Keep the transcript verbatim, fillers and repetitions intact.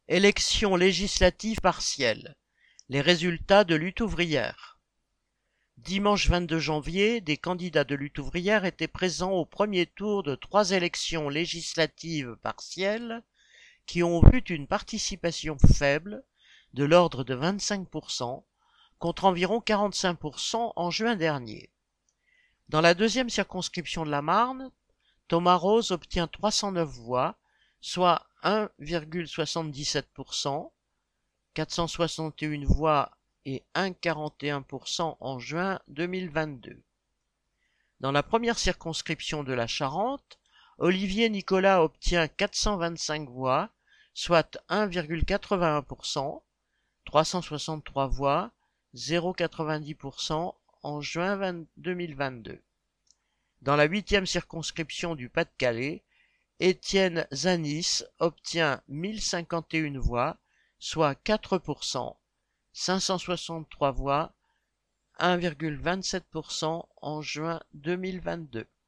Élections législatives partielles. Les résultats de lutte ouvrière. Dimanche vingt-deux janvier, des candidats de lutte ouvrière étaient présents au premier tour de trois élections législatives partielles qui ont vu une participation faible de l'ordre de vingt-cinq pour cent contre environ quarante-cinq pour cent en juin dernier. Dans la deuxième circonscription de la Marne, Thomas Rose obtient trois cent neuf voix, soit un virgule soixante-dix-sept pour cent, quatre cent soixante et une voix et un virgule quarante et un pour cent en juin deux mille vingt-deux. Dans la première circonscription de la Charente, Olivier Nicolas obtient quatre cent vingt-cinq voix, soit un virgule quatre-vingt-un pour cent, trois cent soixante-trois voix, zéro virgule quatre-vingt-dix pour cent en juin deux mille vingt-deux. Dans la huitième circonscription du Pas-de-Calais, Étienne Zanis obtient mille cinquante et une voix, soit quatre pour cent, cinq cent soixante-trois voix, un virgule vingt-sept pour cent en juin deux mille vingt-deux.